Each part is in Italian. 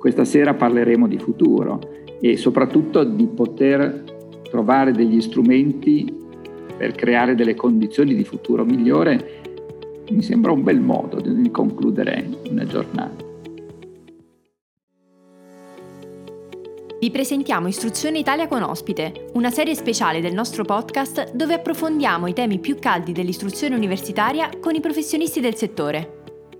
Questa sera parleremo di futuro e soprattutto di poter trovare degli strumenti per creare delle condizioni di futuro migliore. Mi sembra un bel modo di concludere una giornata. Vi presentiamo Istruzione Italia con ospite, una serie speciale del nostro podcast dove approfondiamo i temi più caldi dell'istruzione universitaria con i professionisti del settore.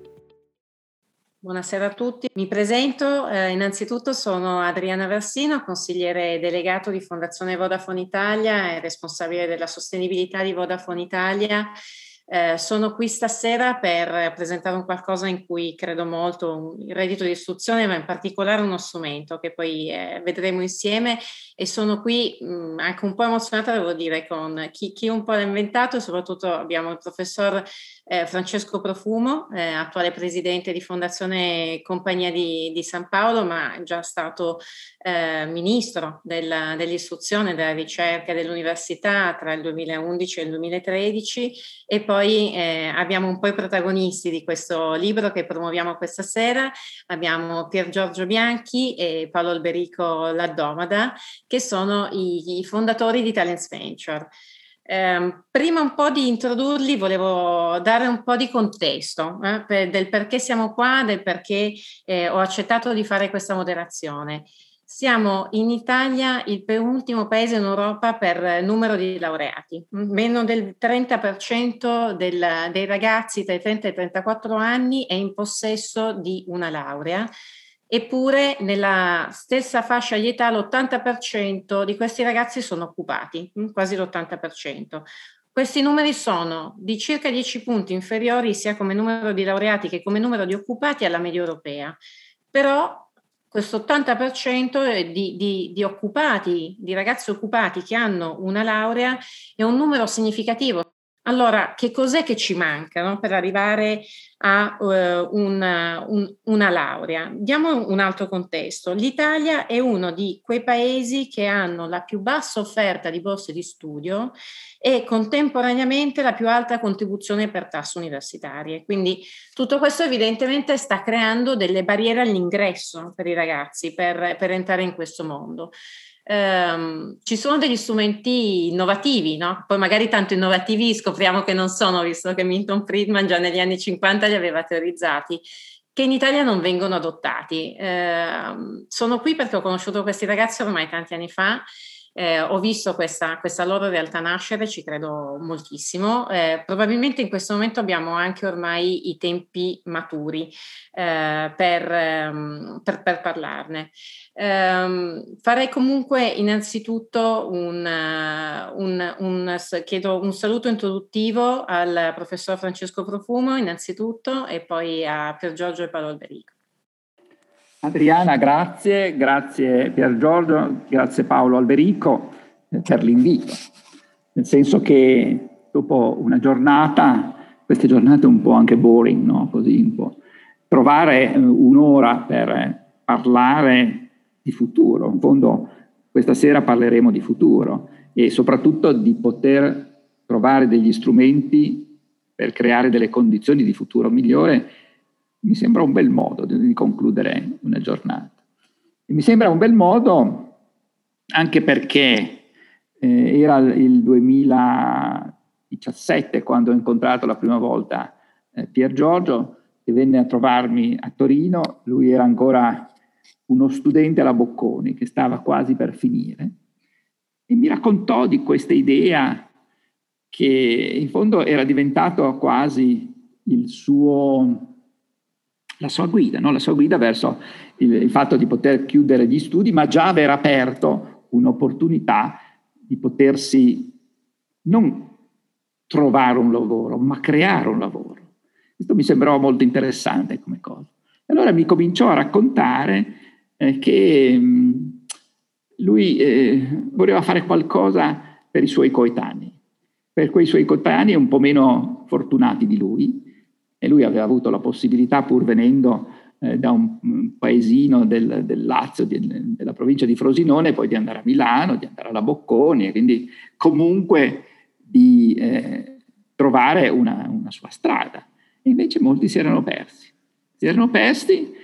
Buonasera a tutti, mi presento, innanzitutto sono Adriana Versino, consigliere delegato di Fondazione Vodafone Italia e responsabile della sostenibilità di Vodafone Italia. Sono qui stasera per presentare un qualcosa in cui credo molto, il reddito di istruzione, ma in particolare uno strumento che poi vedremo insieme, e sono qui anche un po' emozionata, devo dire, con chi un po' l'ha inventato, e soprattutto abbiamo il professor Francesco Profumo, attuale presidente di Fondazione Compagnia di San Paolo, ma è già stato ministro dell'istruzione, della ricerca e dell'università tra il 2011 e il 2013, e poi abbiamo un po' i protagonisti di questo libro che promuoviamo questa sera. Abbiamo Pier Giorgio Bianchi e Paolo Alberico Laddomada, che sono i fondatori di Talents Venture. Prima un po' di introdurli volevo dare un po' di contesto del perché siamo qua, del perché ho accettato di fare questa moderazione. Siamo in Italia il penultimo paese in Europa per numero di laureati, meno del 30% dei ragazzi tra i 30 e i 34 anni è in possesso di una laurea. Eppure nella stessa fascia di età l'80% di questi ragazzi sono occupati, quasi l'80%. Questi numeri sono di circa 10 punti inferiori sia come numero di laureati che come numero di occupati alla media europea. Però questo 80% di occupati, di ragazzi occupati che hanno una laurea, è un numero significativo. Allora, che cos'è che ci manca, no, per arrivare a una laurea? Diamo un altro contesto. L'Italia è uno di quei paesi che hanno la più bassa offerta di borse di studio e contemporaneamente la più alta contribuzione per tasse universitarie. Quindi tutto questo evidentemente sta creando delle barriere all'ingresso per i ragazzi per entrare in questo mondo. Ci sono degli strumenti innovativi, no? Poi magari tanto innovativi scopriamo che non sono, visto che Milton Friedman già negli anni 50 li aveva teorizzati, che in Italia non vengono adottati. Sono qui perché ho conosciuto questi ragazzi ormai tanti anni fa. Ho visto questa loro realtà nascere, ci credo moltissimo. Probabilmente in questo momento abbiamo anche ormai i tempi maturi per parlarne. Farei comunque innanzitutto chiedo un saluto introduttivo al professor Francesco Profumo innanzitutto, e poi a Pier Giorgio e Paolo Alberico. Adriana, grazie Pier Giorgio, grazie Paolo Alberico per l'invito, nel senso che dopo una giornata, queste giornate un po' anche boring, no? Così un po', trovare un'ora per parlare di futuro. In fondo questa sera parleremo di futuro e soprattutto di poter trovare degli strumenti per creare delle condizioni di futuro migliore. Mi sembra un bel modo di concludere una giornata. E mi sembra un bel modo anche perché era il 2017 quando ho incontrato la prima volta Pier Giorgio, che venne a trovarmi a Torino. Lui era ancora uno studente alla Bocconi che stava quasi per finire e mi raccontò di questa idea che in fondo era diventato quasi la sua guida, no? La sua guida verso il fatto di poter chiudere gli studi, ma già aver aperto un'opportunità di potersi non trovare un lavoro, ma creare un lavoro. Questo mi sembrava molto interessante come cosa. Allora mi cominciò a raccontare che lui voleva fare qualcosa per i suoi coetanei, per quei suoi coetanei un po' meno fortunati di lui. E lui aveva avuto la possibilità, pur venendo da un paesino del Lazio, della provincia di Frosinone, poi di andare a Milano, di andare alla Bocconi, e quindi comunque di trovare una sua strada. E invece molti si erano persi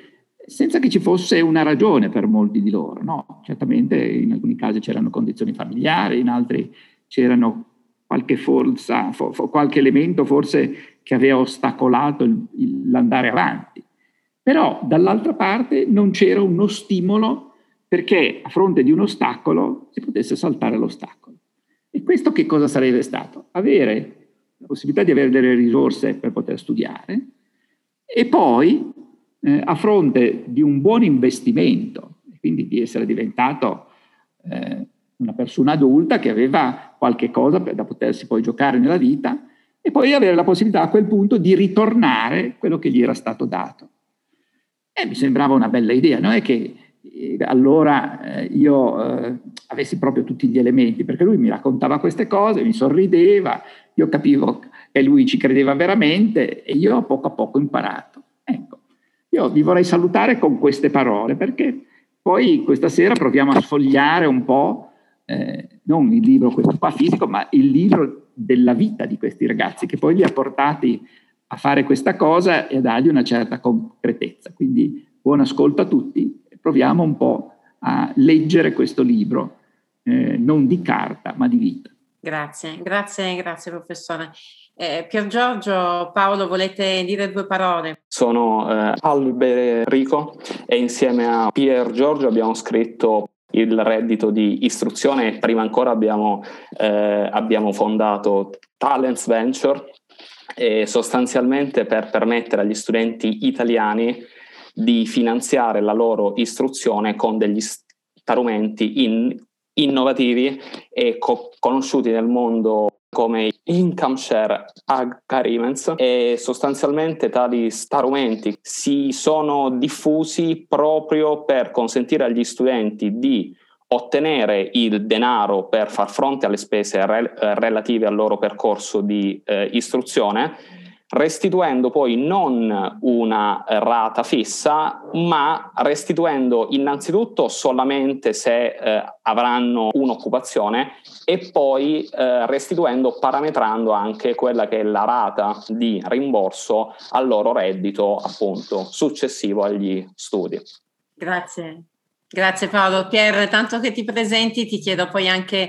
senza che ci fosse una ragione per molti di loro, no? Certamente in alcuni casi c'erano condizioni familiari, in altri c'erano qualche forza, qualche elemento forse che aveva ostacolato l'andare avanti. Però dall'altra parte non c'era uno stimolo perché a fronte di un ostacolo si potesse saltare l'ostacolo. E questo che cosa sarebbe stato? Avere la possibilità di avere delle risorse per poter studiare e poi a fronte di un buon investimento, quindi di essere diventato una persona adulta che aveva qualche cosa da potersi poi giocare nella vita e poi avere la possibilità a quel punto di ritornare quello che gli era stato dato. E mi sembrava una bella idea, non è che allora io avessi proprio tutti gli elementi, perché lui mi raccontava queste cose, mi sorrideva, io capivo che lui ci credeva veramente e io a poco ho imparato. Ecco, io vi vorrei salutare con queste parole, perché poi questa sera proviamo a sfogliare un po', non il libro questo qua fisico, ma il libro della vita di questi ragazzi, che poi li ha portati a fare questa cosa e a dargli una certa concretezza. Quindi buon ascolto a tutti e proviamo un po' a leggere questo libro, non di carta ma di vita. Grazie professore. Pier Giorgio, Paolo, volete dire due parole? Sono Alberico e insieme a Pier Giorgio abbiamo scritto il reddito di istruzione e prima ancora abbiamo fondato Talents Venture, sostanzialmente per permettere agli studenti italiani di finanziare la loro istruzione con degli strumenti innovativi e conosciuti nel mondo come income share agreements, e sostanzialmente tali strumenti si sono diffusi proprio per consentire agli studenti di ottenere il denaro per far fronte alle spese relative al loro percorso di istruzione, restituendo poi non una rata fissa, ma restituendo innanzitutto solamente se avranno un'occupazione e poi restituendo parametrando anche quella che è la rata di rimborso al loro reddito appunto successivo agli studi. Grazie Paolo. Pier, tanto che ti presenti, ti chiedo poi anche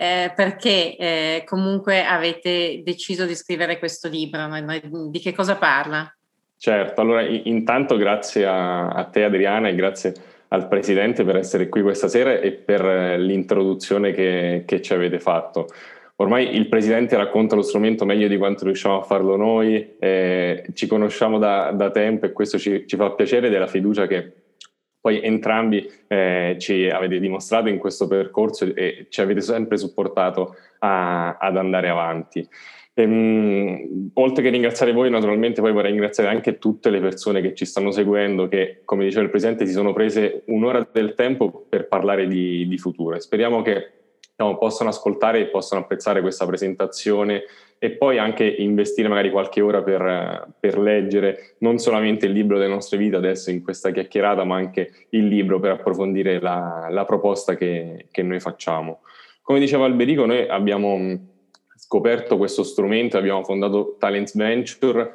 perché comunque avete deciso di scrivere questo libro, di che cosa parla? Certo, allora intanto grazie a te Adriana e grazie al Presidente per essere qui questa sera e per l'introduzione che ci avete fatto. Ormai il Presidente racconta lo strumento meglio di quanto riusciamo a farlo noi, ci conosciamo da tempo e questo ci fa piacere della fiducia che poi entrambi ci avete dimostrato in questo percorso e ci avete sempre supportato ad andare avanti. Oltre che ringraziare voi, naturalmente poi vorrei ringraziare anche tutte le persone che ci stanno seguendo, che come diceva il Presidente si sono prese un'ora del tempo per parlare di futuro e speriamo che possano ascoltare e possano apprezzare questa presentazione e poi anche investire magari qualche ora per leggere non solamente il libro delle nostre vite adesso in questa chiacchierata, ma anche il libro per approfondire la proposta che noi facciamo. Come diceva Alberico, noi abbiamo scoperto questo strumento, abbiamo fondato Talents Venture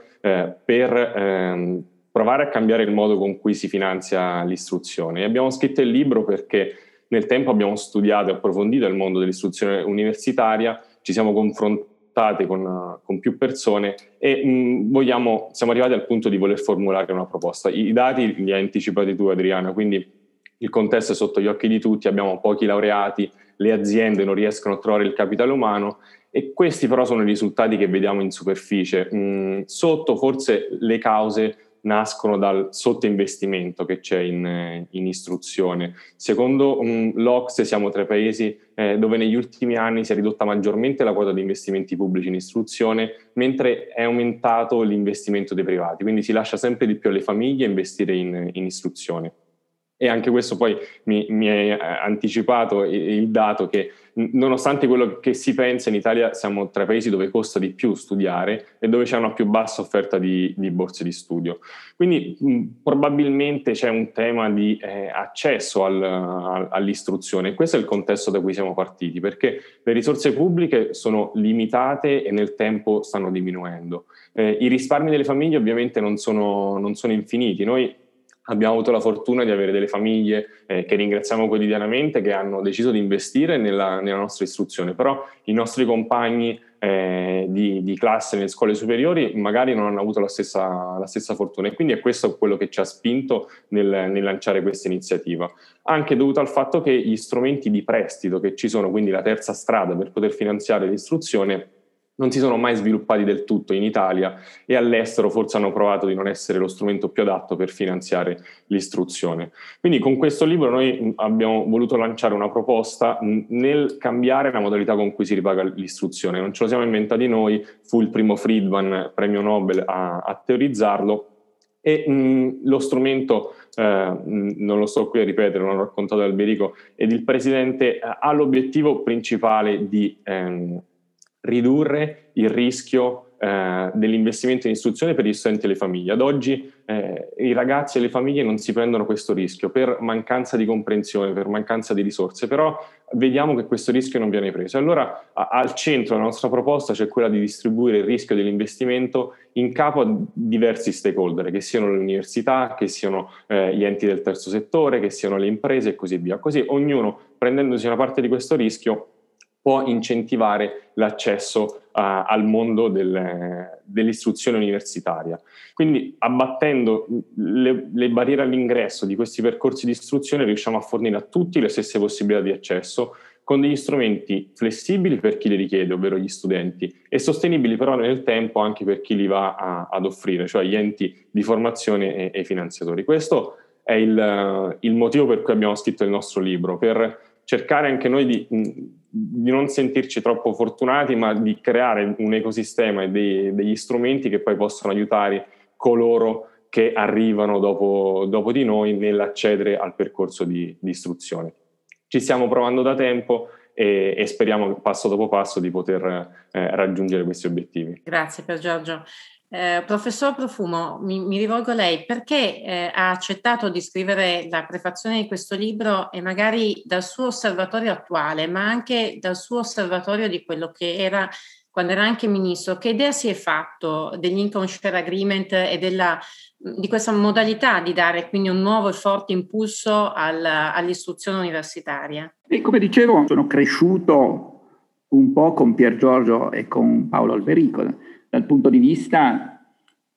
per provare a cambiare il modo con cui si finanzia l'istruzione. E abbiamo scritto il libro perché nel tempo abbiamo studiato e approfondito il mondo dell'istruzione universitaria, ci siamo confrontati con più persone e siamo arrivati al punto di voler formulare una proposta. I dati li hai anticipati tu Adriana, quindi il contesto è sotto gli occhi di tutti, abbiamo pochi laureati, le aziende non riescono a trovare il capitale umano e questi però sono i risultati che vediamo in superficie. Sotto forse le cause nascono dal sottoinvestimento che c'è in istruzione. Secondo l'Ocse siamo tra i paesi dove negli ultimi anni si è ridotta maggiormente la quota di investimenti pubblici in istruzione, mentre è aumentato l'investimento dei privati, quindi si lascia sempre di più alle famiglie investire in istruzione. E anche questo poi mi è anticipato il dato che nonostante quello che si pensa, in Italia siamo tra i paesi dove costa di più studiare e dove c'è una più bassa offerta di borse di studio. Quindi probabilmente c'è un tema di accesso all'istruzione. Questo è il contesto da cui siamo partiti, perché le risorse pubbliche sono limitate e nel tempo stanno diminuendo. I risparmi delle famiglie ovviamente non sono infiniti. Noi abbiamo avuto la fortuna di avere delle famiglie che ringraziamo quotidianamente, che hanno deciso di investire nella nostra istruzione, però i nostri compagni di classe nelle scuole superiori magari non hanno avuto la stessa fortuna, e quindi è questo quello che ci ha spinto nel lanciare questa iniziativa, anche dovuto al fatto che gli strumenti di prestito che ci sono, quindi la terza strada per poter finanziare l'istruzione, non si sono mai sviluppati del tutto in Italia, e all'estero forse hanno provato di non essere lo strumento più adatto per finanziare l'istruzione. Quindi con questo libro noi abbiamo voluto lanciare una proposta nel cambiare la modalità con cui si ripaga l'istruzione. Non ce lo siamo inventati noi, fu il primo Friedman, premio Nobel, a teorizzarlo, e lo strumento, non lo sto qui a ripetere, l'ho raccontato da Alberico, ed il Presidente ha l'obiettivo principale di ridurre il rischio dell'investimento in istruzione per gli studenti e le famiglie. Ad oggi i ragazzi e le famiglie non si prendono questo rischio per mancanza di comprensione, per mancanza di risorse, però vediamo che questo rischio non viene preso. Allora al centro della nostra proposta c'è quella di distribuire il rischio dell'investimento in capo a diversi stakeholder, che siano le università, che siano gli enti del terzo settore, che siano le imprese e così via. Così ognuno, prendendosi una parte di questo rischio, può incentivare l'accesso al mondo dell'istruzione universitaria. Quindi abbattendo le barriere all'ingresso di questi percorsi di istruzione riusciamo a fornire a tutti le stesse possibilità di accesso, con degli strumenti flessibili per chi li richiede, ovvero gli studenti, e sostenibili però nel tempo anche per chi li va ad offrire, cioè gli enti di formazione e i finanziatori. Questo è il motivo per cui abbiamo scritto il nostro libro, per cercare anche noi di non sentirci troppo fortunati, ma di creare un ecosistema e degli strumenti che poi possono aiutare coloro che arrivano dopo di noi nell'accedere al percorso di istruzione. Ci stiamo provando da tempo e speriamo passo dopo passo di poter raggiungere questi obiettivi. Grazie Pier Giorgio. Professor Profumo, mi rivolgo a lei, perché ha accettato di scrivere la prefazione di questo libro, e magari dal suo osservatorio attuale, ma anche dal suo osservatorio di quello che era quando era anche ministro, che idea si è fatto degli Income Share Agreement e di questa modalità di dare quindi un nuovo e forte impulso all'istruzione universitaria? E come dicevo, sono cresciuto un po' con Pier Giorgio e con Paolo Alberico dal punto di vista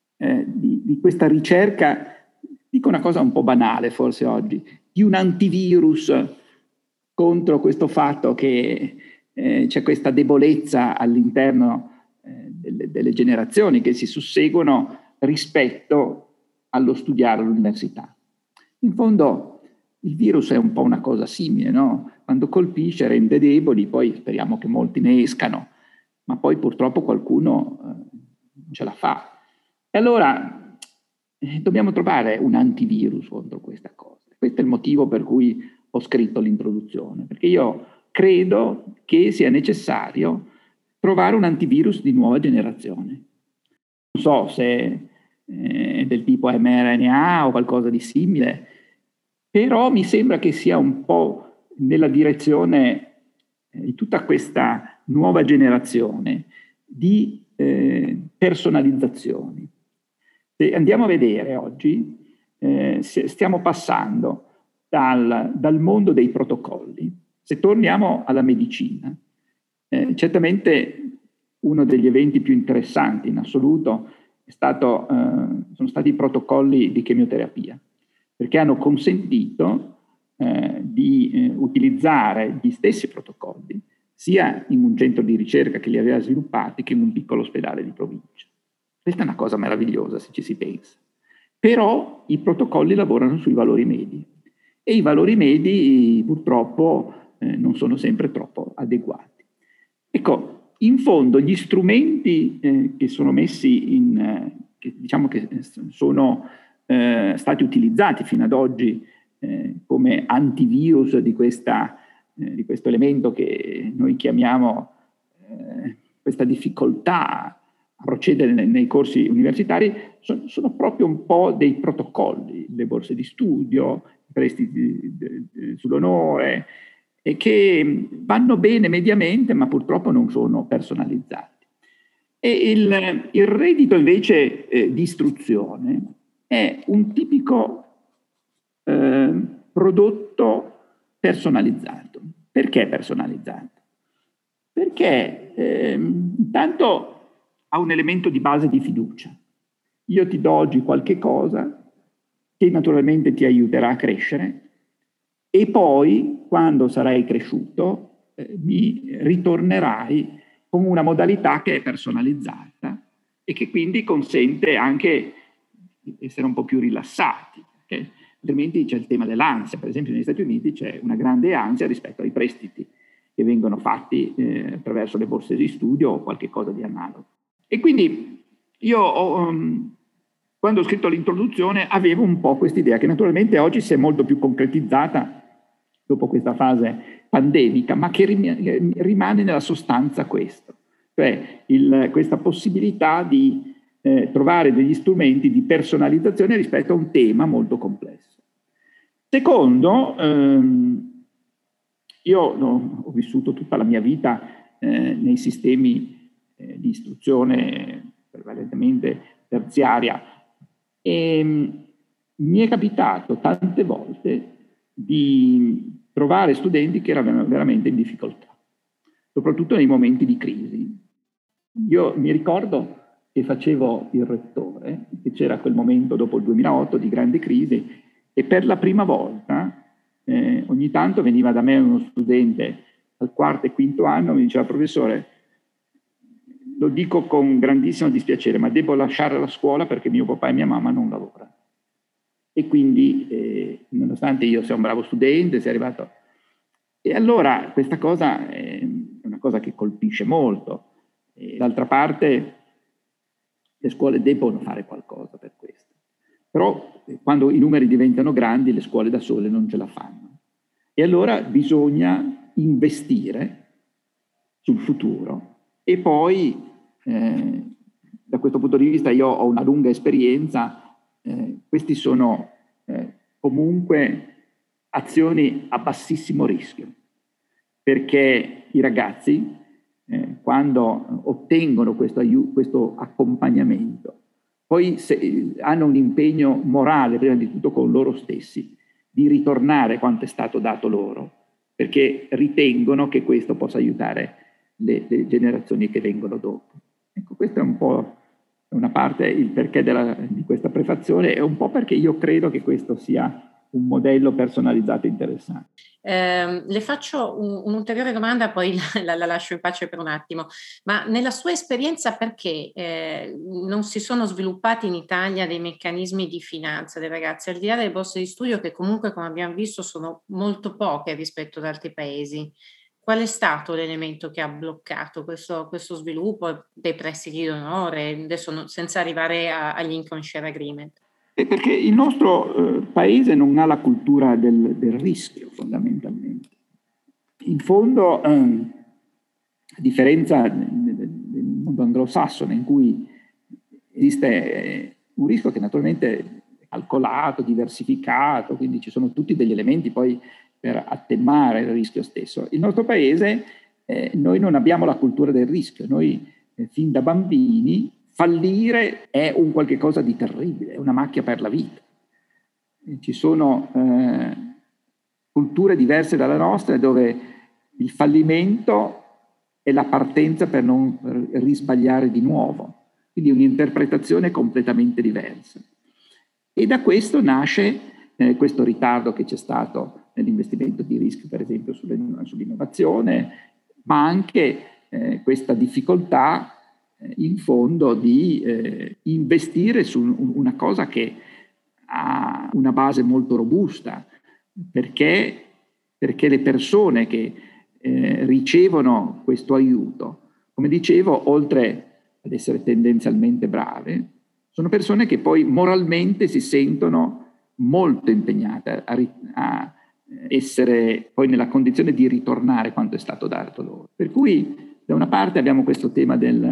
di questa ricerca, dico una cosa un po' banale forse oggi, di un antivirus contro questo fatto che c'è questa debolezza all'interno delle generazioni che si susseguono rispetto allo studiare all'università. In fondo il virus è un po' una cosa simile, no? Quando colpisce rende deboli, poi speriamo che molti ne escano, ma poi purtroppo qualcuno non ce la fa. E allora dobbiamo trovare un antivirus contro questa cosa. Questo è il motivo per cui ho scritto l'introduzione, perché io credo che sia necessario trovare un antivirus di nuova generazione. Non so se è del tipo mRNA o qualcosa di simile, però mi sembra che sia un po' nella direzione di tutta questa nuova generazione di personalizzazioni. Se andiamo a vedere oggi, stiamo passando dal mondo dei protocolli. Se torniamo alla medicina, certamente uno degli eventi più interessanti in assoluto sono stati i protocolli di chemioterapia, perché hanno consentito di utilizzare gli stessi protocolli sia in un centro di ricerca che li aveva sviluppati che in un piccolo ospedale di provincia. Questa è una cosa meravigliosa se ci si pensa. Però i protocolli lavorano sui valori medi e i valori medi purtroppo non sono sempre troppo adeguati. Ecco, in fondo gli strumenti che sono messi che diciamo che sono stati utilizzati fino ad oggi come antivirus di questo elemento che noi chiamiamo questa difficoltà a procedere nei corsi universitari, sono proprio un po' dei protocolli, le borse di studio, i prestiti sull'onore, e che vanno bene mediamente, ma purtroppo non sono personalizzati. E il reddito invece di istruzione è un tipico prodotto personalizzato. Perché personalizzato? Perché intanto ha un elemento di base di fiducia. Io ti do oggi qualche cosa che naturalmente ti aiuterà a crescere e poi, quando sarai cresciuto, mi ritornerai con una modalità che è personalizzata e che quindi consente anche di essere un po' più rilassati, perché altrimenti c'è il tema dell'ansia. Per esempio negli Stati Uniti c'è una grande ansia rispetto ai prestiti che vengono fatti attraverso le borse di studio o qualche cosa di analogo. E quindi io quando ho scritto l'introduzione avevo un po' quest'idea che naturalmente oggi si è molto più concretizzata dopo questa fase pandemica, ma che rimane nella sostanza questo, cioè questa possibilità di trovare degli strumenti di personalizzazione rispetto a un tema molto complesso. Secondo, io ho vissuto tutta la mia vita nei sistemi di istruzione prevalentemente terziaria e mi è capitato tante volte di trovare studenti che erano veramente in difficoltà, soprattutto nei momenti di crisi. Io mi ricordo che facevo il rettore, che c'era quel momento dopo il 2008 di grande crisi, e per la prima volta ogni tanto veniva da me uno studente al quarto e quinto anno e mi diceva: professore, lo dico con grandissimo dispiacere, ma devo lasciare la scuola perché mio papà e mia mamma non lavorano. E quindi, nonostante io sia un bravo studente, sia arrivato... E allora questa cosa è una cosa che colpisce molto. E d'altra parte le scuole debbono fare qualcosa per questo. Però quando i numeri diventano grandi, le scuole da sole non ce la fanno. E allora bisogna investire sul futuro. E poi, da questo punto di vista, io ho una lunga esperienza. Questi sono comunque azioni a bassissimo rischio, perché i ragazzi, quando ottengono questo accompagnamento, poi hanno un impegno morale, prima di tutto con loro stessi, di ritornare quanto è stato dato loro, perché ritengono che questo possa aiutare le generazioni che vengono dopo. Ecco, questa è un po' una parte, il perché di questa prefazione, è un po' perché io credo che questo sia un modello personalizzato interessante. Le faccio un'ulteriore domanda, poi la lascio in pace per un attimo. Ma nella sua esperienza, perché non si sono sviluppati in Italia dei meccanismi di finanza dei ragazzi, al di là delle borse di studio, che comunque, come abbiamo visto, sono molto poche rispetto ad altri paesi? Qual è stato l'elemento che ha bloccato questo sviluppo dei prestiti d'onore, adesso senza arrivare agli income share agreement? Perché il nostro paese non ha la cultura del rischio, fondamentalmente. In fondo, a differenza del mondo anglosassone, in cui esiste un rischio che naturalmente è calcolato, diversificato, quindi ci sono tutti degli elementi poi per attenuare il rischio stesso. Il nostro paese, noi non abbiamo la cultura del rischio. Noi fin da bambini fallire è un qualche cosa di terribile, è una macchia per la vita. Ci sono culture diverse dalla nostra dove il fallimento è la partenza per non risbagliare di nuovo, quindi un'interpretazione completamente diversa. E da questo nasce questo ritardo che c'è stato nell'investimento di rischio, per esempio sull'innovazione, ma anche questa difficoltà in fondo di investire su una cosa che ha una base molto robusta, perché le persone che ricevono questo aiuto, come dicevo, oltre ad essere tendenzialmente brave, sono persone che poi moralmente si sentono molto impegnate a essere poi nella condizione di ritornare quanto è stato dato loro. Per cui da una parte abbiamo questo tema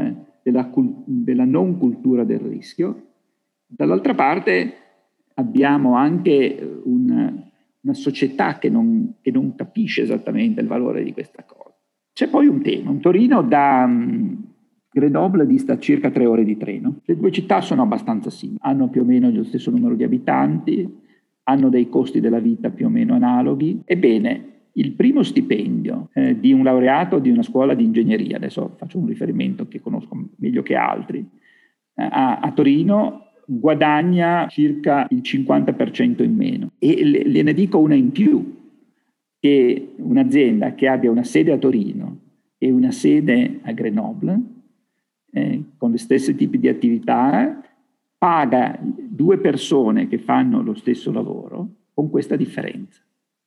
della non cultura del rischio, dall'altra parte abbiamo anche una società che non capisce esattamente il valore di questa cosa. C'è poi un tema. Torino da Grenoble dista circa 3 ore di treno. Le due città sono abbastanza simili, hanno più o meno lo stesso numero di abitanti, hanno dei costi della vita più o meno analoghi. Ebbene, il primo stipendio di un laureato di una scuola di ingegneria, adesso faccio un riferimento che conosco meglio che altri, a Torino guadagna circa il 50% in meno. E ne dico una in più, che un'azienda che abbia una sede a Torino e una sede a Grenoble, con gli stessi tipi di attività, paga 2 persone che fanno lo stesso lavoro con questa differenza.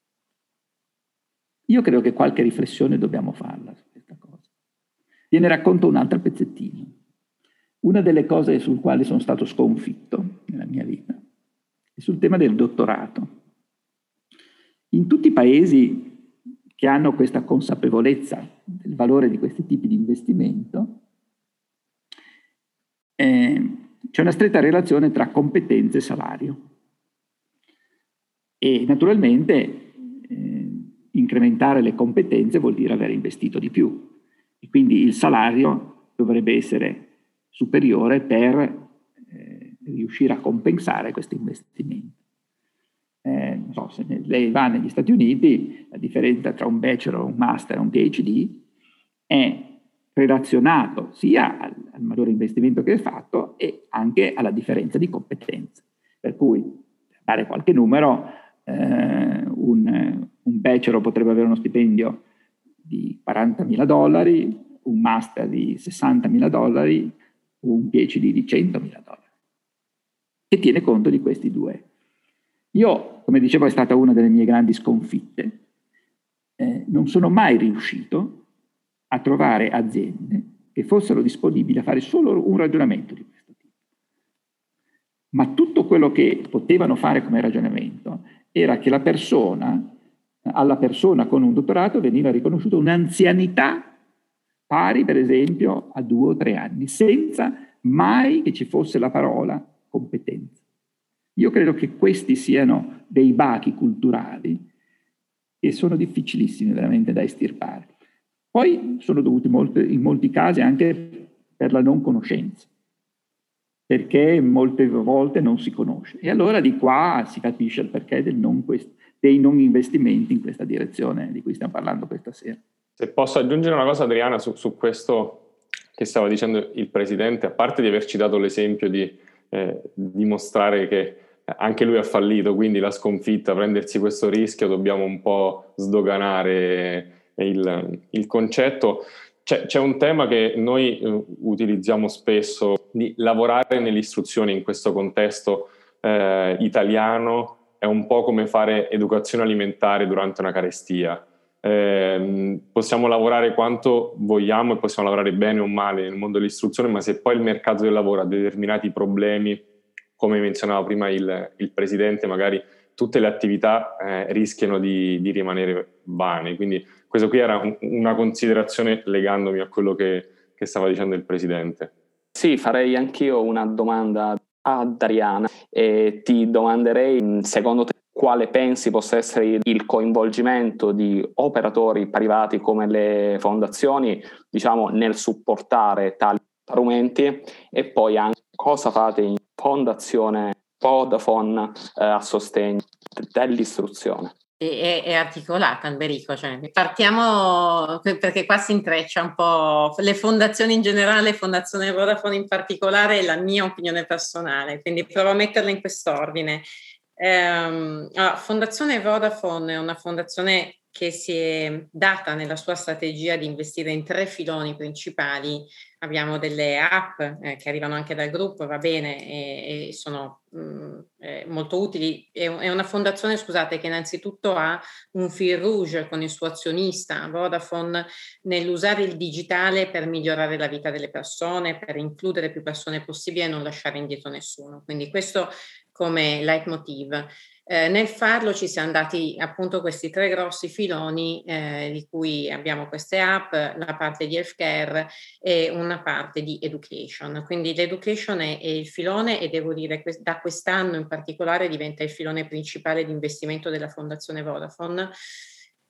Io credo che qualche riflessione dobbiamo farla su questa cosa. Ve ne racconto un altro pezzettino. Una delle cose sul quale sono stato sconfitto nella mia vita è sul tema del dottorato. In tutti i paesi che hanno questa consapevolezza del valore di questi tipi di investimento, c'è una stretta relazione tra competenze e salario. E naturalmente incrementare le competenze vuol dire aver investito di più. E quindi il salario dovrebbe essere superiore per riuscire a compensare questo investimento. Non so, se lei va negli Stati Uniti, la differenza tra un bachelor, un master e un PhD è relazionato sia al maggiore investimento che è fatto e anche alla differenza di competenze. Per cui, per dare qualche numero, un bachelor potrebbe avere uno stipendio di $40.000, un master di $60.000, un PhD di $100.000, che tiene conto di questi due. Io, come dicevo, è stata una delle mie grandi sconfitte. Non sono mai riuscito a trovare aziende che fossero disponibili a fare solo un ragionamento di questo tipo. Ma tutto quello che potevano fare come ragionamento era che alla persona con un dottorato veniva riconosciuta un'anzianità pari, per esempio, a 2 o 3 anni, senza mai che ci fosse la parola competenza. Io credo che questi siano dei bachi culturali che sono difficilissimi veramente da estirpare. Poi sono dovuti in molti casi anche per la non conoscenza, perché molte volte non si conosce. E allora di qua si capisce il perché dei non investimenti in questa direzione di cui stiamo parlando questa sera. Se posso aggiungere una cosa, Adriana, su questo che stava dicendo il Presidente, a parte di averci dato l'esempio di dimostrare che anche lui ha fallito, quindi la sconfitta, prendersi questo rischio, dobbiamo un po' sdoganare il concetto. C'è un tema che noi utilizziamo spesso, di lavorare nell'istruzione in questo contesto italiano è un po' come fare educazione alimentare durante una carestia. Possiamo lavorare quanto vogliamo e possiamo lavorare bene o male nel mondo dell'istruzione, ma se poi il mercato del lavoro ha determinati problemi, come menzionava prima il Presidente, magari tutte le attività rischiano di rimanere vane. Quindi questo qui era una considerazione legandomi a quello che stava dicendo il Presidente. Sì, farei anch'io una domanda ad Ariana e ti domanderei, secondo te, quale pensi possa essere il coinvolgimento di operatori privati come le fondazioni, diciamo, nel supportare tali argomenti, e poi anche cosa fate in Fondazione Vodafone a sostegno dell'istruzione. È articolata, Alberico, cioè, partiamo perché qua si intreccia un po' le fondazioni in generale, Fondazione Vodafone in particolare, e la mia opinione personale, quindi provo a metterla in quest'ordine. Fondazione Vodafone è una fondazione che si è data nella sua strategia di investire in 3 filoni principali. Abbiamo delle app che arrivano anche dal gruppo, va bene, e sono molto utili. È una fondazione, scusate, che innanzitutto ha un fil rouge con il suo azionista Vodafone nell'usare il digitale per migliorare la vita delle persone, per includere più persone possibile e non lasciare indietro nessuno. Quindi questo come leitmotiv. Nel farlo ci siamo dati appunto questi 3 grossi filoni di cui abbiamo queste app, la parte di healthcare e una parte di education. Quindi l'education è il filone, e devo dire che da quest'anno in particolare diventa il filone principale di investimento della Fondazione Vodafone.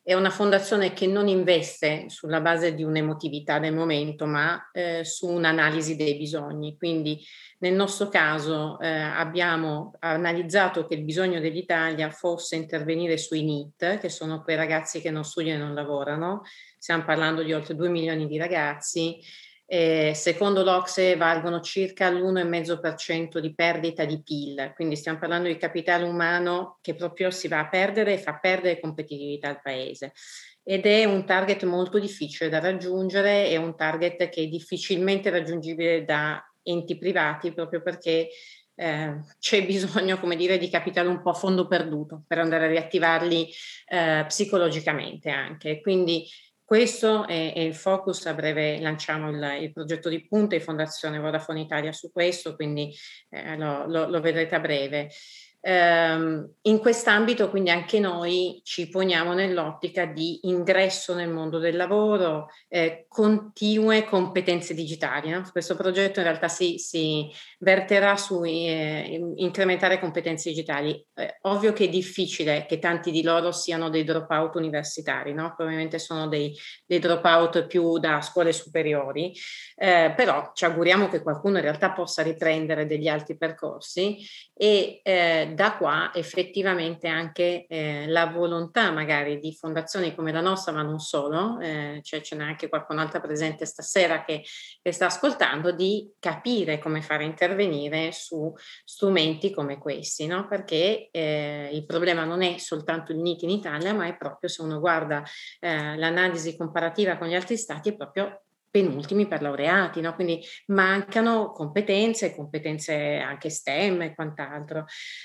è una fondazione che non investe sulla base di un'emotività del momento, ma su un'analisi dei bisogni. Quindi nel nostro caso abbiamo analizzato che il bisogno dell'Italia fosse intervenire sui NEET, che sono quei ragazzi che non studiano e non lavorano. Stiamo parlando di oltre 2 milioni di ragazzi. Secondo l'Ocse valgono circa l'1,5% di perdita di PIL, quindi stiamo parlando di capitale umano che proprio si va a perdere e fa perdere competitività al paese. Ed è un target molto difficile da raggiungere, è un target che è difficilmente raggiungibile da enti privati, proprio perché c'è bisogno, come dire, di capitale un po' a fondo perduto per andare a riattivarli psicologicamente anche. Quindi questo è il focus. A breve lanciamo il progetto di punta e Fondazione Vodafone Italia su questo, quindi lo vedrete a breve. In quest'ambito quindi anche noi ci poniamo nell'ottica di ingresso nel mondo del lavoro, continue competenze digitali, no? Questo progetto in realtà si verterà su incrementare competenze digitali. Ovvio che è difficile che tanti di loro siano dei dropout universitari, no? Probabilmente sono dei dropout più da scuole superiori, però ci auguriamo che qualcuno in realtà possa riprendere degli altri percorsi e da qua effettivamente anche la volontà magari di fondazioni come la nostra, ma non solo, ce n'è anche qualcun altro presente stasera che sta ascoltando, di capire come fare intervenire su strumenti come questi, no? Perché il problema non è soltanto il NEET in Italia, ma è proprio, se uno guarda l'analisi comparativa con gli altri stati, è proprio penultimi per laureati, no? Quindi mancano competenze anche STEM e quant'altro.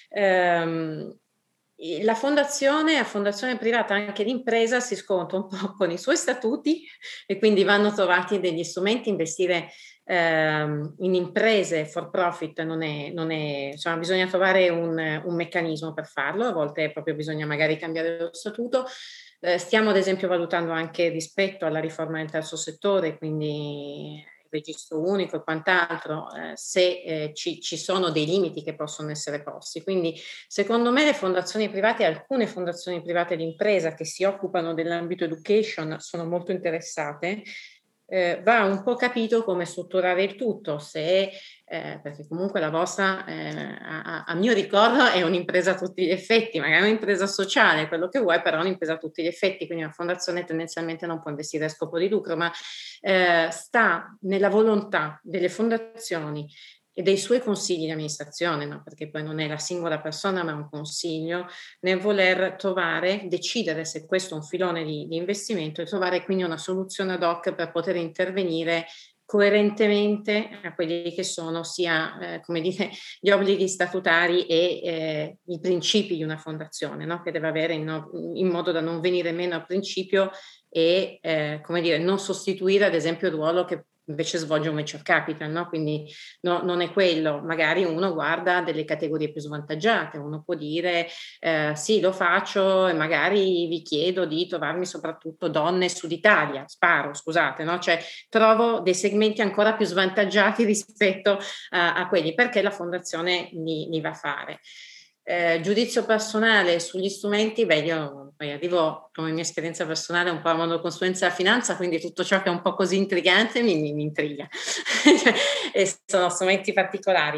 La fondazione privata, anche l'impresa, si scontra un po' con i suoi statuti e quindi vanno trovati degli strumenti. Investire in imprese for profit non è insomma, bisogna trovare un meccanismo per farlo. A volte proprio bisogna magari cambiare lo statuto. Stiamo ad esempio valutando anche rispetto alla riforma del terzo settore, quindi il registro unico e quant'altro, se ci sono dei limiti che possono essere posti. Quindi secondo me le fondazioni private, alcune fondazioni private di impresa che si occupano dell'ambito education sono molto interessate. Va un po' capito come strutturare il tutto, perché comunque la vostra, a mio ricordo, è un'impresa a tutti gli effetti, magari un'impresa sociale, quello che vuoi, però è un'impresa a tutti gli effetti, quindi una fondazione tendenzialmente non può investire a scopo di lucro, ma sta nella volontà delle fondazioni e dei suoi consigli di amministrazione, no? Perché poi non è la singola persona, ma è un consiglio, nel voler decidere se questo è un filone di investimento e trovare quindi una soluzione ad hoc per poter intervenire coerentemente a quelli che sono sia come dire, gli obblighi statutari e i principi di una fondazione, no? Che deve avere in modo da non venire meno al principio e come dire, non sostituire ad esempio il ruolo che invece svolge un venture capital, no? Quindi non è quello. Magari uno guarda delle categorie più svantaggiate, uno può dire sì, lo faccio e magari vi chiedo di trovarmi soprattutto donne Sud Italia, scusate, no? Cioè trovo dei segmenti ancora più svantaggiati rispetto a quelli, perché la fondazione li va a fare. Giudizio personale sugli strumenti, io poi arrivo come mia esperienza personale un po' al mondo consulenza della finanza, quindi tutto ciò che è un po' così intrigante mi intriga e sono strumenti particolari.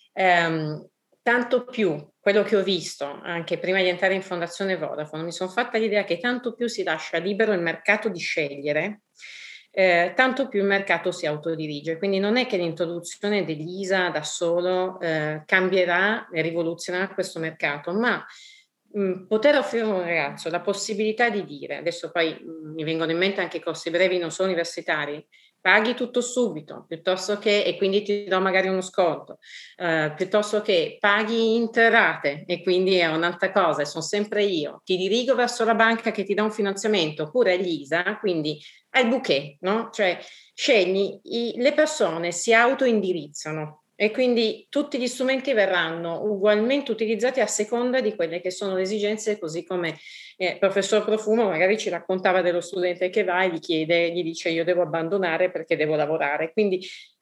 Tanto più quello che ho visto anche prima di entrare in Fondazione Vodafone, mi sono fatta l'idea che tanto più si lascia libero il mercato di scegliere, tanto più il mercato si autodirige. Quindi non è che l'introduzione dell'ISA da solo cambierà e rivoluzionerà questo mercato, ma poter offrire a un ragazzo la possibilità di dire, adesso poi mi vengono in mente anche corsi brevi non solo universitari, paghi tutto subito, piuttosto che, e quindi ti do magari uno sconto, piuttosto che paghi in 3 rate e quindi è un'altra cosa, e sono sempre io, ti dirigo verso la banca che ti dà un finanziamento, oppure l'ISA, quindi hai il bouquet, no? Cioè scegli, le persone si autoindirizzano e quindi tutti gli strumenti verranno ugualmente utilizzati a seconda di quelle che sono le esigenze, così come il professor Profumo magari ci raccontava dello studente che va e gli dice io devo abbandonare perché devo lavorare. Quindi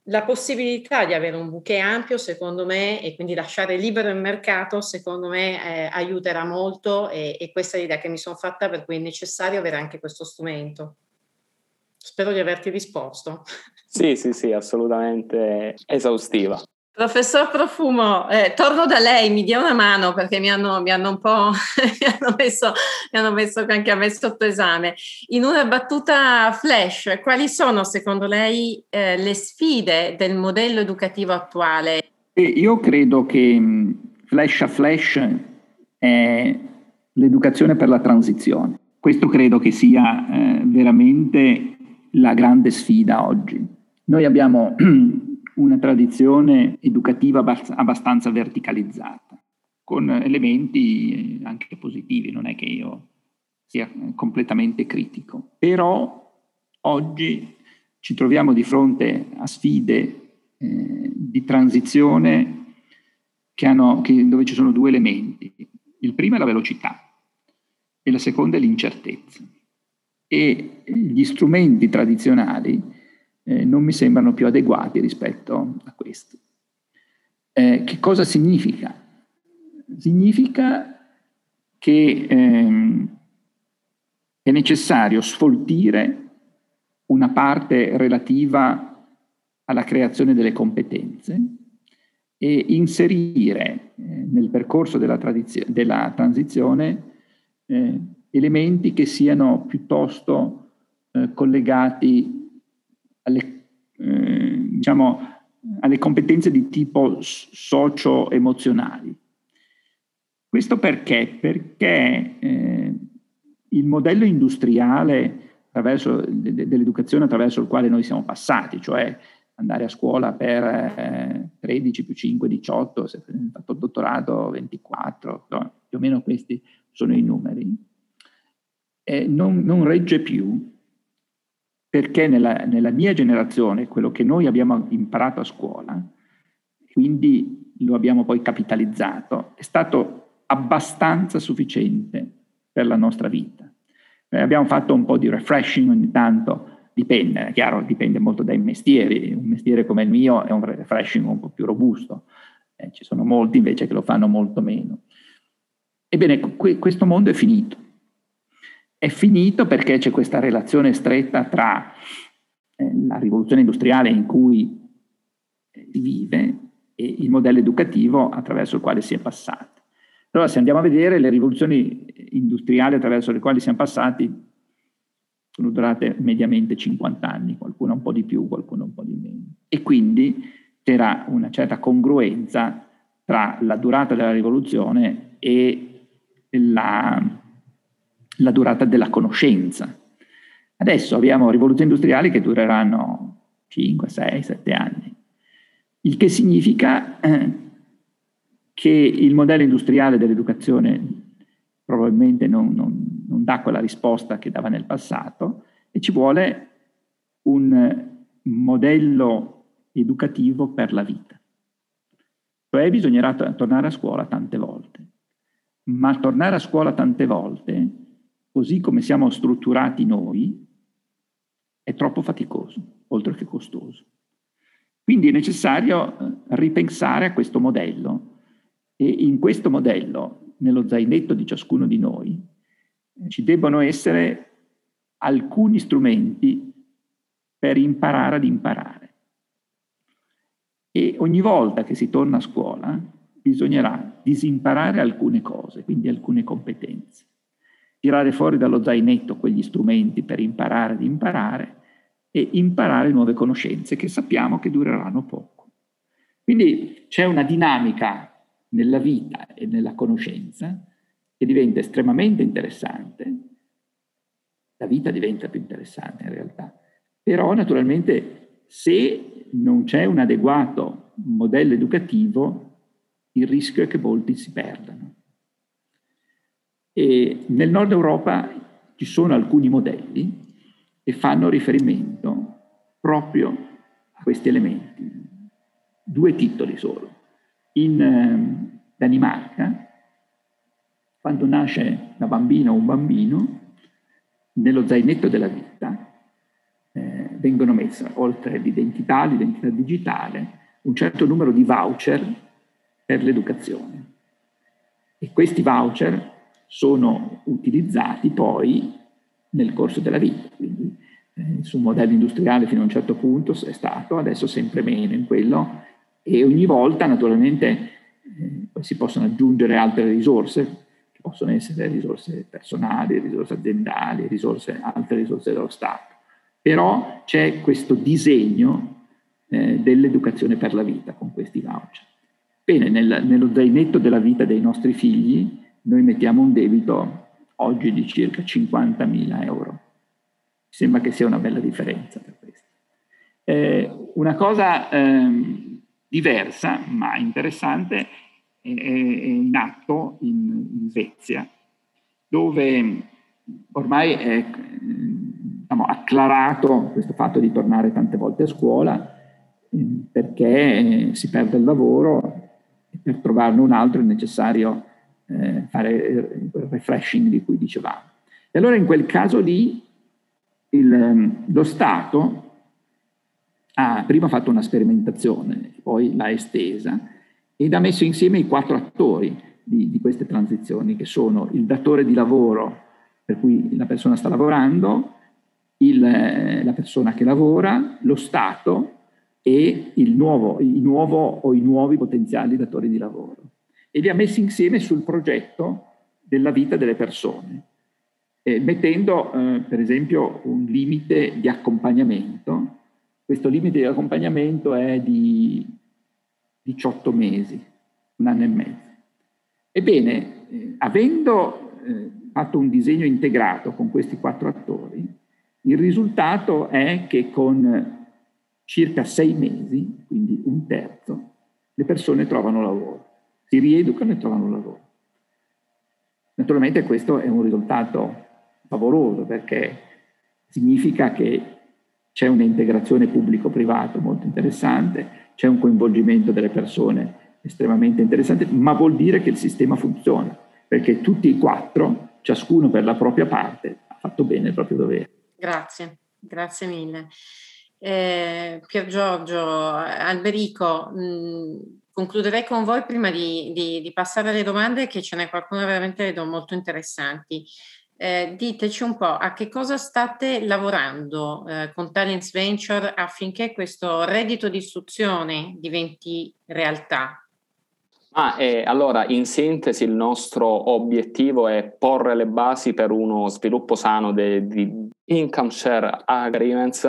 la possibilità di avere un bouquet ampio, secondo me, e quindi lasciare libero il mercato, secondo me aiuterà molto, e questa è l'idea che mi sono fatta, per cui è necessario avere anche questo strumento. Spero di averti risposto. Sì, assolutamente esaustiva. Professor Profumo, torno da lei, mi dia una mano perché mi hanno un po' mi hanno messo anche a me sotto esame. In una battuta flash, quali sono secondo lei le sfide del modello educativo attuale? Io credo che flash a flash è l'educazione per la transizione. Questo credo che sia veramente la grande sfida oggi. Noi abbiamo una tradizione educativa abbastanza verticalizzata, con elementi anche positivi, non è che io sia completamente critico, però oggi ci troviamo di fronte a sfide di transizione dove ci sono due elementi. Il primo è la velocità e la seconda è l'incertezza. E gli strumenti tradizionali non mi sembrano più adeguati rispetto a questo. Che cosa significa? Significa che è necessario sfoltire una parte relativa alla creazione delle competenze e inserire nel percorso della transizione elementi che siano piuttosto collegati alle competenze di tipo socio-emozionali. Questo perché? Perché il modello industriale dell'educazione attraverso il quale noi siamo passati, cioè andare a scuola per 13 più 5, 18, se hai fatto il dottorato 24, no, più o meno questi sono i numeri, non regge più, perché nella mia generazione quello che noi abbiamo imparato a scuola, quindi lo abbiamo poi capitalizzato, è stato abbastanza sufficiente per la nostra vita. Abbiamo fatto un po' di refreshing ogni tanto, dipende, è chiaro, dipende molto dai mestieri. Un mestiere come il mio è un refreshing un po' più robusto, ci sono molti invece che lo fanno molto meno. Ebbene, questo mondo è finito. È finito perché c'è questa relazione stretta tra la rivoluzione industriale in cui si vive e il modello educativo attraverso il quale si è passati. Allora, se andiamo a vedere, le rivoluzioni industriali attraverso le quali siamo passati sono durate mediamente 50 anni, qualcuno un po' di più, qualcuno un po' di meno. E quindi c'era una certa congruenza tra la durata della rivoluzione e la durata della conoscenza. Adesso abbiamo rivoluzioni industriali che dureranno 5, 6, 7 anni, il che significa che il modello industriale dell'educazione probabilmente non dà quella risposta che dava nel passato e ci vuole un modello educativo per la vita. Cioè bisognerà tornare a scuola tante volte, ma tornare a scuola tante volte, così come siamo strutturati noi, è troppo faticoso, oltre che costoso. Quindi è necessario ripensare a questo modello e in questo modello, nello zainetto di ciascuno di noi, ci debbono essere alcuni strumenti per imparare ad imparare. E ogni volta che si torna a scuola bisognerà disimparare alcune cose, quindi alcune competenze, tirare fuori dallo zainetto quegli strumenti per imparare ad imparare e imparare nuove conoscenze che sappiamo che dureranno poco. Quindi c'è una dinamica nella vita e nella conoscenza che diventa estremamente interessante. La vita diventa più interessante in realtà, però naturalmente se non c'è un adeguato modello educativo il rischio è che molti si perdano. E nel nord Europa ci sono alcuni modelli che fanno riferimento proprio a questi elementi. 2 titoli solo. In Danimarca, quando nasce una bambina o un bambino, nello zainetto della vita vengono messe, oltre l'identità digitale, un certo numero di voucher per l'educazione. E questi voucher sono utilizzati poi nel corso della vita, quindi sul modello industriale fino a un certo punto è stato, adesso sempre meno in quello, e ogni volta naturalmente poi si possono aggiungere altre risorse, che possono essere risorse personali, risorse aziendali, altre risorse dello Stato. Però c'è questo disegno dell'educazione per la vita con questi voucher. Bene, nello zainetto della vita dei nostri figli noi mettiamo un debito oggi di circa 50.000 euro. Sembra che sia una bella differenza per questo. Una cosa diversa, ma interessante, è in atto in Svezia, dove ormai è acclarato questo fatto di tornare tante volte a scuola, perché si perde il avo e per trovarne un altro è necessario fare il refreshing di cui dicevamo. E allora in quel caso lì lo Stato ha prima fatto una sperimentazione, poi l'ha estesa ed ha messo insieme i 4 attori di queste transizioni, che sono il datore di lavoro per cui la persona sta lavorando, la persona che lavora, lo Stato e i nuovi potenziali datori di lavoro. E li ha messi insieme sul progetto della vita delle persone, mettendo per esempio un limite di accompagnamento. Questo limite di accompagnamento è di 18 mesi, 1 anno e mezzo. Ebbene, avendo fatto un disegno integrato con questi 4 attori, il risultato è che con circa 6 mesi, quindi 1/3, le persone trovano lavoro, si rieducano e trovano lavoro. Naturalmente questo è un risultato favoloso, perché significa che c'è un'integrazione pubblico-privato molto interessante, c'è un coinvolgimento delle persone estremamente interessante, ma vuol dire che il sistema funziona, perché tutti e 4, ciascuno per la propria parte, ha fatto bene il proprio dovere. Grazie mille. Piergiorgio, Alberico, concluderei con voi prima di passare alle domande, che ce n'è qualcuna veramente vedo molto interessanti. Diteci un po' a che cosa state lavorando con Talents Venture affinché questo reddito di istruzione diventi realtà. Allora, in sintesi, il nostro obiettivo è porre le basi per uno sviluppo sano di income share agreements.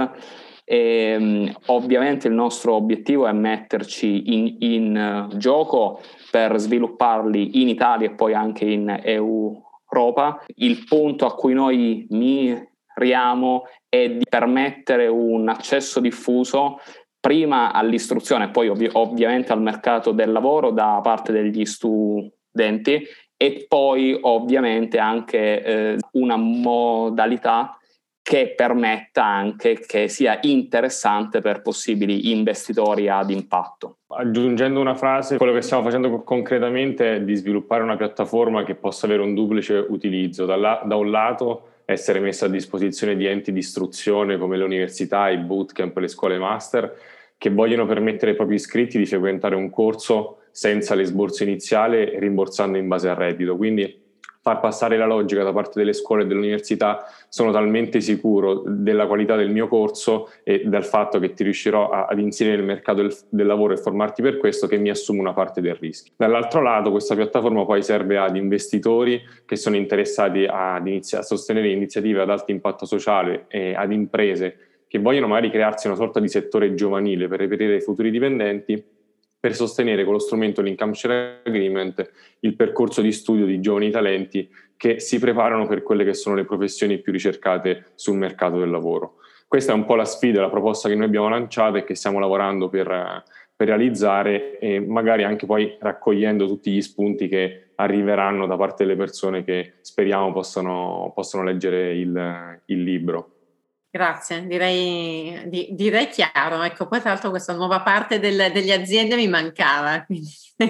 Ovviamente il nostro obiettivo è metterci in gioco per svilupparli in Italia e poi anche in Europa. Il punto a cui noi miriamo è di permettere un accesso diffuso prima all'istruzione e poi ovviamente al mercato del lavoro da parte degli studenti, e poi ovviamente anche una modalità che permetta anche che sia interessante per possibili investitori ad impatto. Aggiungendo una frase, quello che stiamo facendo concretamente è di sviluppare una piattaforma che possa avere un duplice utilizzo. Da un lato essere messa a disposizione di enti di istruzione come le università, i bootcamp, le scuole master, che vogliono permettere ai propri iscritti di frequentare un corso senza l'esborso iniziale, rimborsando in base al reddito. Quindi far passare la logica da parte delle scuole e dell'università: sono talmente sicuro della qualità del mio corso e del fatto che ti riuscirò ad inserire nel mercato del lavoro e formarti per questo, che mi assumo una parte del rischio. Dall'altro lato, questa piattaforma poi serve ad investitori che sono interessati a sostenere iniziative ad alto impatto sociale e ad imprese che vogliono magari crearsi una sorta di settore giovanile per reperire i futuri dipendenti, per sostenere con lo strumento dell'Income Share Agreement il percorso di studio di giovani talenti che si preparano per quelle che sono le professioni più ricercate sul mercato del lavoro. Questa è un po' la sfida, la proposta che noi abbiamo lanciato e che stiamo lavorando per realizzare, e magari anche poi raccogliendo tutti gli spunti che arriveranno da parte delle persone che speriamo possano leggere il libro. Grazie, direi chiaro. Ecco, poi tra l'altro questa nuova parte delle aziende mi mancava, quindi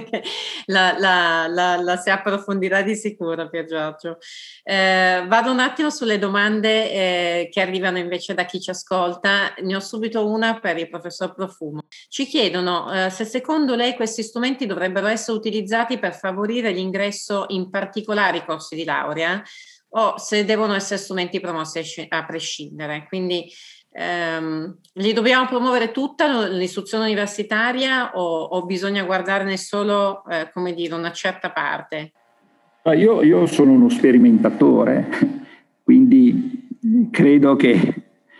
la si approfondirà di sicuro, Pier Giorgio. Vado un attimo sulle domande che arrivano invece da chi ci ascolta. Ne ho subito una per il professor Profumo. Ci chiedono se secondo lei questi strumenti dovrebbero essere utilizzati per favorire l'ingresso in particolari corsi di laurea, o se devono essere strumenti promossi a prescindere. Quindi li dobbiamo promuovere tutta l'istruzione universitaria o bisogna guardarne solo, come dire, una certa parte? Io sono uno sperimentatore, quindi credo che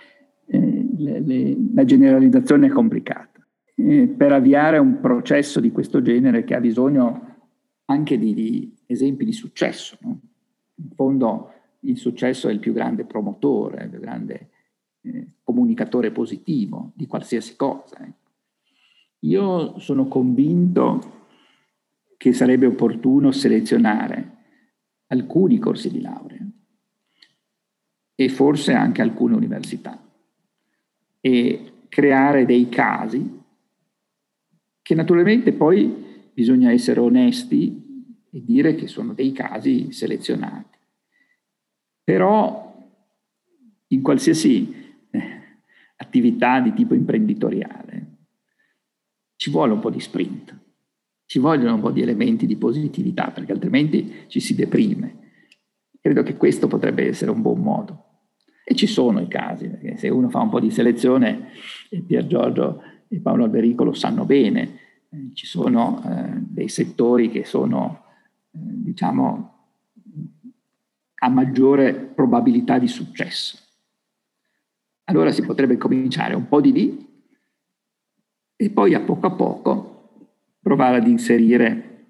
la generalizzazione è complicata. Per avviare un processo di questo genere, che ha bisogno anche di esempi di successo, no? In fondo il successo è il più grande promotore, il più grande comunicatore positivo di qualsiasi cosa. Io sono convinto che sarebbe opportuno selezionare alcuni corsi di laurea e forse anche alcune università e creare dei casi che naturalmente poi bisogna essere onesti e dire che sono dei casi selezionati. Però in qualsiasi attività di tipo imprenditoriale ci vuole un po' di sprint, ci vogliono un po' di elementi di positività, perché altrimenti ci si deprime. Credo che questo potrebbe essere un buon modo. E ci sono i casi, perché se uno fa un po' di selezione, e Pier Giorgio e Paolo Alberico lo sanno bene, ci sono dei settori che sono diciamo a maggiore probabilità di successo. Allora si potrebbe cominciare un po' di lì e poi a poco provare ad inserire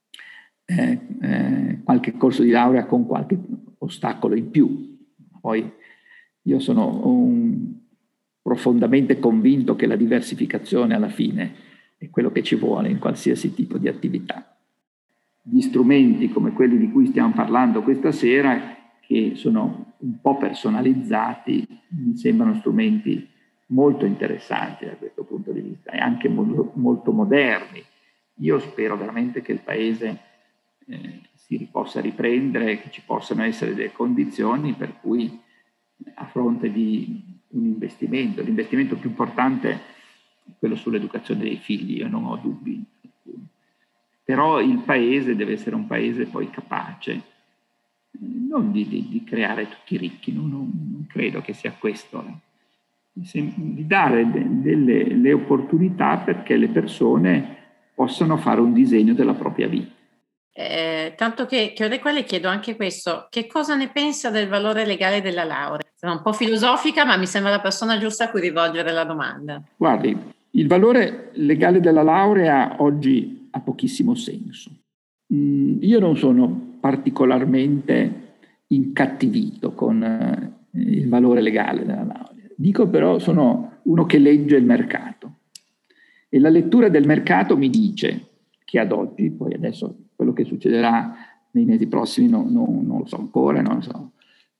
qualche corso di laurea con qualche ostacolo in più. Poi io sono profondamente convinto che la diversificazione alla fine è quello che ci vuole in qualsiasi tipo di attività. Gli strumenti come quelli di cui stiamo parlando questa sera, che sono un po' personalizzati, mi sembrano strumenti molto interessanti da questo punto di vista e anche molto moderni. Io spero veramente che il Paese si possa riprendere, che ci possano essere delle condizioni per cui a fronte di un investimento, l'investimento più importante è quello sull'educazione dei figli, io non ho dubbi. Però il Paese deve essere un Paese poi capace, non di creare tutti ricchi, non credo che sia questo, di dare delle opportunità perché le persone possano fare un disegno della propria vita. Tanto che ora le chiedo anche questo: che cosa ne pensa del valore legale della laurea? Sono un po' filosofica, ma mi sembra la persona giusta a cui rivolgere la domanda. Guardi, il valore legale della laurea oggi ha pochissimo senso. Io non sono particolarmente incattivito con il valore legale della laurea. Dico però, sono uno che legge il mercato e la lettura del mercato mi dice che ad oggi, poi adesso quello che succederà nei mesi prossimi non lo so ancora, non lo so,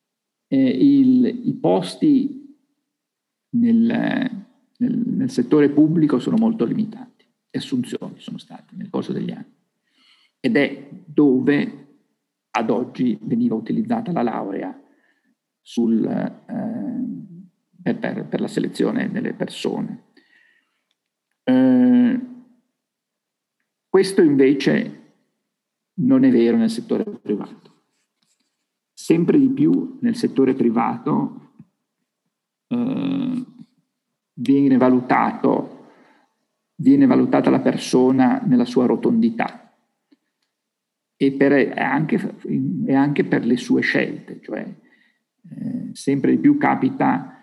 i posti nel settore pubblico sono molto limitati. Assunzioni sono state nel corso degli anni ed è dove ad oggi veniva utilizzata la laurea per la selezione delle persone. Questo invece non è vero nel settore privato. Sempre di più nel settore privato viene valutata la persona nella sua rotondità e anche per le sue scelte, cioè sempre di più capita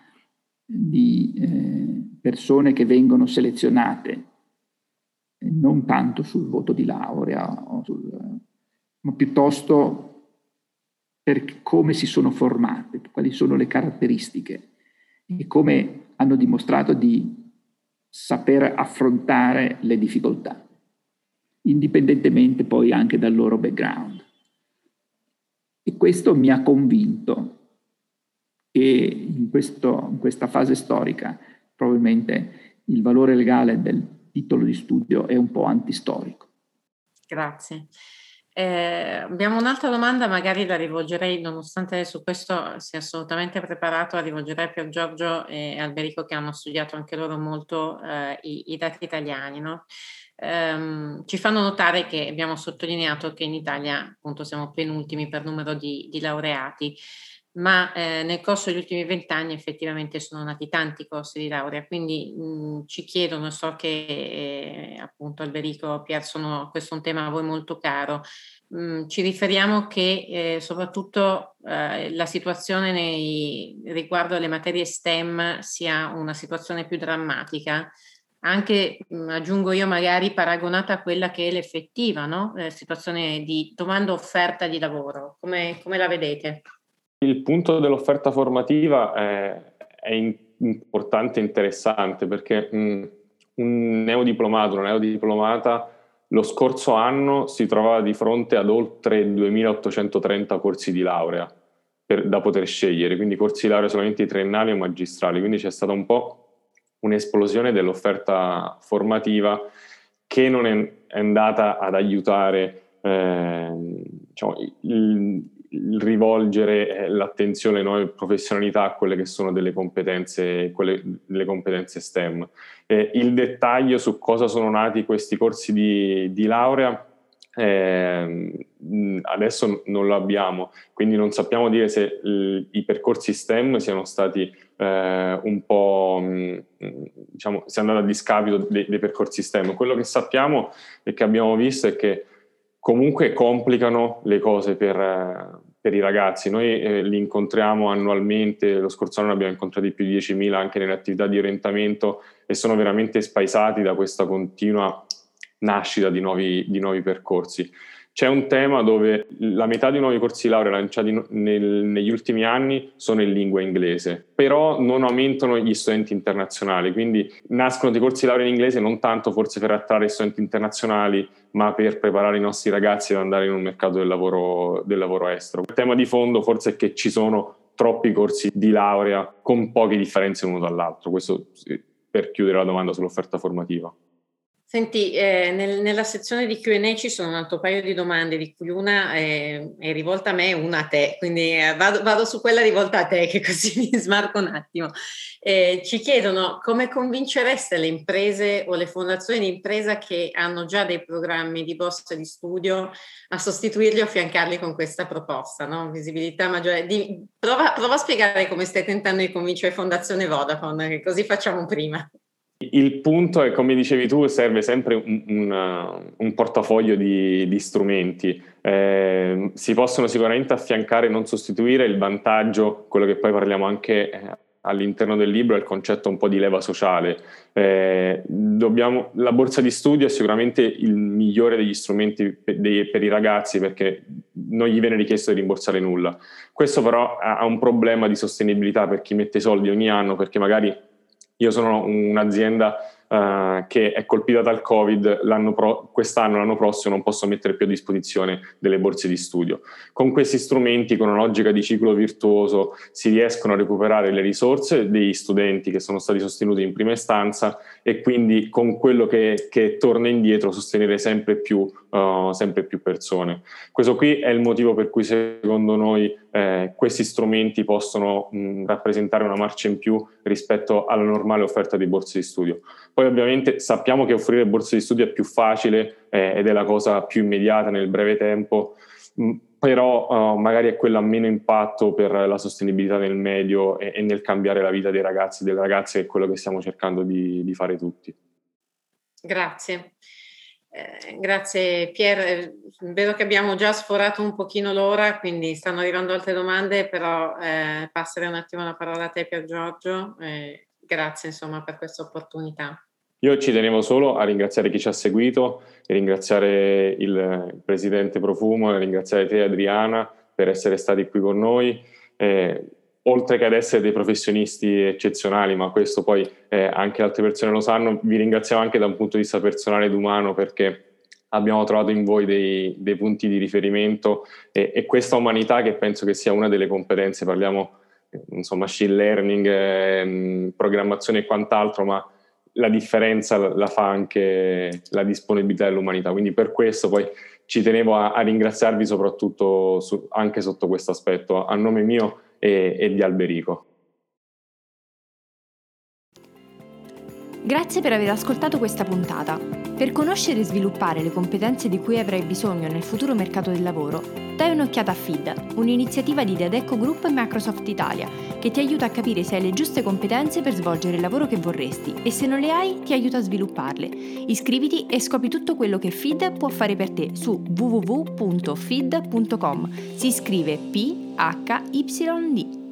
di persone che vengono selezionate non tanto sul voto di laurea, ma piuttosto per come si sono formate, quali sono le caratteristiche e come hanno dimostrato di saper affrontare le difficoltà, indipendentemente poi anche dal loro background. E questo mi ha convinto che in questa fase storica probabilmente il valore legale del titolo di studio è un po' antistorico. Grazie. Abbiamo un'altra domanda, magari la rivolgerei, nonostante su questo sia assolutamente preparato, la rivolgerei per Giorgio e Alberico, che hanno studiato anche loro molto i dati italiani, no? Ci fanno notare che abbiamo sottolineato che in Italia appunto siamo penultimi per numero di laureati, ma nel corso degli ultimi 20 anni effettivamente sono nati tanti corsi di laurea, quindi ci chiedono, so che appunto Alberico, Pier, questo è un tema a voi molto caro, ci riferiamo che soprattutto la situazione riguardo alle materie STEM sia una situazione più drammatica, anche aggiungo io magari paragonata a quella che è l'effettiva, no? Situazione di domanda-offerta di lavoro, come la vedete? Il punto dell'offerta formativa è importante e interessante, perché un neodiplomato, una neodiplomata lo scorso anno si trovava di fronte ad oltre 2830 corsi di laurea da poter scegliere, quindi corsi di laurea solamente triennali o magistrali, quindi c'è stata un po' un'esplosione dell'offerta formativa che non è andata ad aiutare il rivolgere l'attenzione alle nuove professionalità, a quelle che sono delle competenze STEM. Il dettaglio su cosa sono nati questi corsi di laurea adesso non lo abbiamo, quindi non sappiamo dire se i percorsi STEM siano stati un po' sia andato a discapito dei percorsi STEM. Quello che sappiamo e che abbiamo visto è che comunque complicano le cose per i ragazzi. Noi li incontriamo annualmente, lo scorso anno abbiamo incontrati più di 10.000 anche nelle attività di orientamento, e sono veramente spaesati da questa continua nascita di nuovi percorsi. C'è un tema dove la metà dei nuovi corsi di laurea lanciati negli ultimi anni sono in lingua inglese, però non aumentano gli studenti internazionali, quindi nascono dei corsi di laurea in inglese non tanto forse per attrarre studenti internazionali, ma per preparare i nostri ragazzi ad andare in un mercato del lavoro estero. Il tema di fondo forse è che ci sono troppi corsi di laurea con poche differenze l'uno dall'altro. Questo per chiudere la domanda sull'offerta formativa. Senti, nella sezione di Q&A ci sono un altro paio di domande, di cui una è rivolta a me e una a te, quindi vado su quella rivolta a te, che così mi smarco un attimo. Ci chiedono come convincereste le imprese o le fondazioni di impresa che hanno già dei programmi di borsa di studio a sostituirli o affiancarli con questa proposta, no? Visibilità maggiore. Prova a spiegare come stai tentando di convincere Fondazione Vodafone, che così facciamo prima. Il punto è, come dicevi tu, serve sempre un portafoglio di strumenti. Si possono sicuramente affiancare e non sostituire. Il vantaggio, quello che poi parliamo anche all'interno del libro, è il concetto un po' di leva sociale. La borsa di studio è sicuramente il migliore degli strumenti per i ragazzi, perché non gli viene richiesto di rimborsare nulla. Questo però ha un problema di sostenibilità per chi mette i soldi ogni anno, perché magari io sono un'azienda che è colpita dal Covid, quest'anno, l'anno prossimo non posso mettere più a disposizione delle borse di studio. Con questi strumenti, con una logica di ciclo virtuoso, si riescono a recuperare le risorse degli studenti che sono stati sostenuti in prima istanza, e quindi con quello che torna indietro sostenere sempre più persone. Questo qui è il motivo per cui secondo noi questi strumenti possono rappresentare una marcia in più rispetto alla normale offerta di borse di studio. Poi ovviamente sappiamo che offrire borse di studio è più facile ed è la cosa più immediata nel breve tempo, però magari è quella a meno impatto per la sostenibilità nel medio e nel cambiare la vita dei ragazzi e delle ragazze, che è quello che stiamo cercando di fare tutti. Grazie. Grazie Pier, vedo che abbiamo già sforato un pochino l'ora, quindi stanno arrivando altre domande, però passerei un attimo la parola a te, Pier Giorgio. Grazie insomma per questa opportunità. Io ci tenevo solo a ringraziare chi ci ha seguito, e ringraziare il presidente Profumo, e ringraziare te, Adriana, per essere stati qui con noi. Oltre che ad essere dei professionisti eccezionali, ma questo poi anche altre persone lo sanno, vi ringraziamo anche da un punto di vista personale ed umano, perché abbiamo trovato in voi dei punti di riferimento e questa umanità, che penso che sia una delle competenze, parliamo non so, machine learning, programmazione e quant'altro, ma la differenza la fa anche la disponibilità dell'umanità. Quindi per questo poi ci tenevo a ringraziarvi soprattutto anche sotto questo aspetto, a nome mio e di Alberico. Grazie per aver ascoltato questa puntata. Per conoscere e sviluppare le competenze di cui avrai bisogno nel futuro mercato del lavoro, dai un'occhiata a FID, un'iniziativa di The Adecco Group e Microsoft Italia, che ti aiuta a capire se hai le giuste competenze per svolgere il lavoro che vorresti e se non le hai ti aiuta a svilupparle. Iscriviti e scopri tutto quello che FID può fare per te su www.fid.com. Si scrive PHYD.